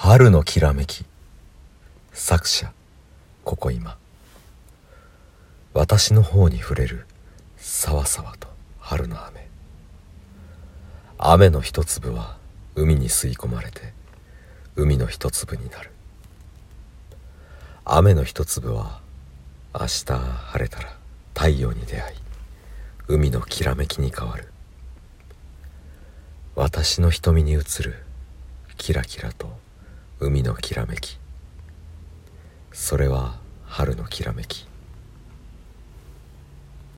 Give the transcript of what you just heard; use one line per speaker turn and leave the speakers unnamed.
春のきらめき。作者ここ今。私の方に触れるさわさわと春の雨。雨の一粒は海に吸い込まれて海の一粒になる。雨の一粒は明日晴れたら太陽に出会い海のきらめきに変わる。私の瞳に映るキラキラと海のきらめき、それは春のきらめき。